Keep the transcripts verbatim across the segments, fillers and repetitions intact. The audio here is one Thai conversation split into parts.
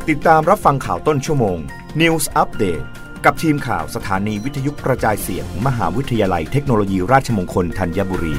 ติดตามรับฟังข่าวต้นชั่วโมง News Update กับทีมข่าวสถานีวิทยุกระจายเสียง มหาวิทยาลัยเทคโนโลยีราชมงคลธัญบุรี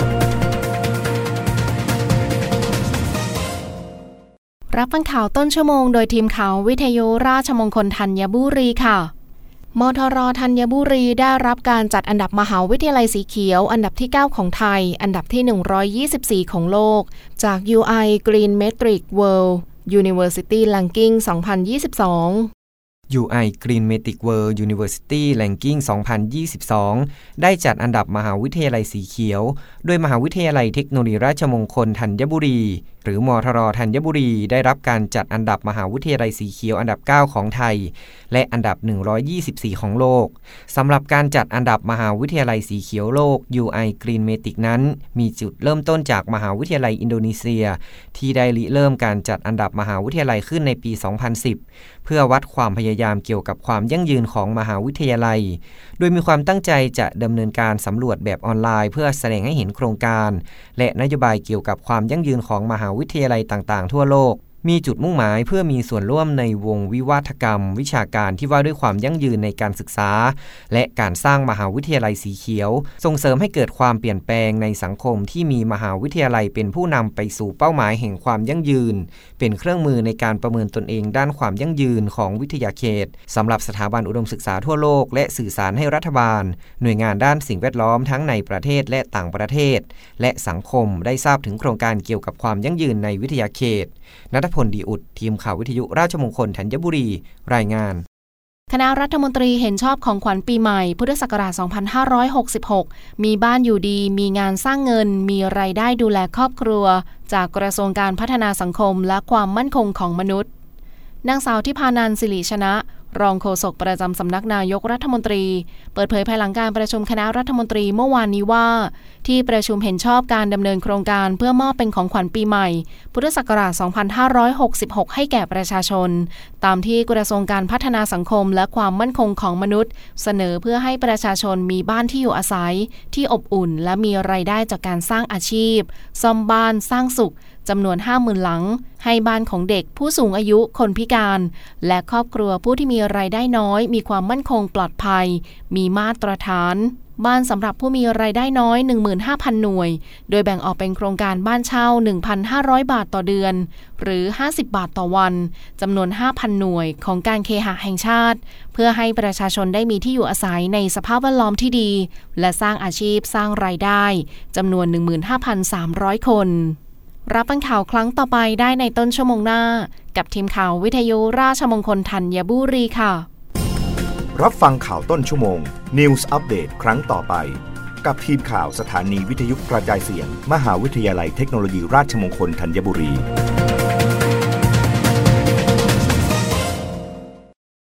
รับฟังข่าวต้นชั่วโมงโดยทีมข่าววิทยุราชมงคลธัญบุรีค่ะมทร.ธัญบุรีได้รับการจัดอันดับมหาวิทยาลัยสีเขียวอันดับที่เก้าของไทยอันดับที่หนึ่งร้อยยี่สิบสี่ของโลกจาก ยู ไอ Green Metric World University Ranking สองพันยี่สิบสองยู ไอ Green Metric World University Ranking สองพันยี่สิบสอง ได้จัดอันดับมหาวิทยาลัยสีเขียวโดยมหาวิทยาลัยเทคโนโลยีราชมงคลธัญบุรีหรือมทร.ธัญบุรีได้รับการจัดอันดับมหาวิทยาลัยสีเขียวอันดับเก้าของไทยและอันดับหนึ่งร้อยยี่สิบสี่ของโลกสำหรับการจัดอันดับมหาวิทยาลัยสีเขียวโลก ยู ไอ Green Metric นั้นมีจุดเริ่มต้นจากมหาวิทยาลัยอินโดนีเซียที่ได้ริเริ่มการจัดอันดับมหาวิทยาลัยขึ้นในปี สองพันสิบ เพื่อวัดความพยายามเกี่ยวกับความยั่งยืนของมหาวิทยาลัยโดยมีความตั้งใจจะดำเนินการสำรวจแบบออนไลน์เพื่อแสดงให้เห็นโครงการและนโยบายเกี่ยวกับความยั่งยืนของมหาวิทยาลัยต่างๆทั่วโลกมีจุดมุ่งหมายเพื่อมีส่วนร่วมในวงวิวาทกรรมวิชาการที่ว่าด้วยความยั่งยืนในการศึกษาและการสร้างมหาวิทยาลัยสีเขียวส่งเสริมให้เกิดความเปลี่ยนแปลงในสังคมที่มีมหาวิทยาลัยเป็นผู้นำไปสู่เป้าหมายแห่งความยั่งยืนเป็นเครื่องมือในการประเมินตนเองด้านความยั่งยืนของวิทยาเขตสำหรับสถาบันอุดมศึกษาทั่วโลกและสื่อสารให้รัฐบาลหน่วยงานด้านสิ่งแวดล้อมทั้งในประเทศและต่างประเทศและสังคมได้ทราบถึงโครงการเกี่ยวกับความยั่งยืนในวิทยาเขตณัฐพล ดีอุดทีมข่าววิทยุราชมงคลธัญบุรีรายงานคณะรัฐมนตรีเห็นชอบของขวัญปีใหม่พุทธศักราช สองพันห้าร้อยหกสิบหก มีบ้านอยู่ดีมีงานสร้างเงินมีรายได้ดูแลครอบครัวจากกระทรวงการพัฒนาสังคมและความมั่นคงของมนุษย์นางสาวทิพานันท์สิริชนะรองโฆษกประจำสำนักนายกรัฐมนตรีเปิดเผยภายหลังการประชุมคณะรัฐมนตรีเมื่อวานนี้ว่าที่ประชุมเห็นชอบการดำเนินโครงการเพื่อมอบเป็นของขวัญปีใหม่พุทธศักราช สองพันห้าร้อยหกสิบหก ให้แก่ประชาชนตามที่กระทรวงการพัฒนาสังคมและความมั่นคงของมนุษย์เสนอเพื่อให้ประชาชนมีบ้านที่อยู่อาศัยที่อบอุ่นและมีรายได้จากการสร้างอาชีพซ่อมบ้านสร้างสุขจำนวน ห้าหมื่น หลังให้บ้านของเด็กผู้สูงอายุคนพิการและครอบครัวผู้ที่มีรายได้น้อยมีความมั่นคงปลอดภัยมีมาตรฐานบ้านสำหรับผู้มีรายได้น้อย หนึ่งหมื่นห้าพัน หน่วยโดยแบ่งออกเป็นโครงการบ้านเช่า หนึ่งพันห้าร้อย บาทต่อเดือนหรือห้าสิบบาทต่อวันจำนวน ห้าพัน หน่วยของการเคหะแห่งชาติเพื่อให้ประชาชนได้มีที่อยู่อาศัยในสภาพแวดล้อมที่ดีและสร้างอาชีพสร้างรายได้จำนวน หนึ่งหมื่นห้าพันสามร้อย คนรับฟังข่าวครั้งต่อไปได้ในต้นชั่วโมงหน้ากับทีมข่าววิทยุราชมงคลธัญบุรีค่ะรับฟังข่าวต้นชั่วโมง News Update ครั้งต่อไปกับทีมข่าวสถานีวิทยุกระจายเสียงมหาวิทยาลัยเทคโนโลยีราชมงคลธัญบุรี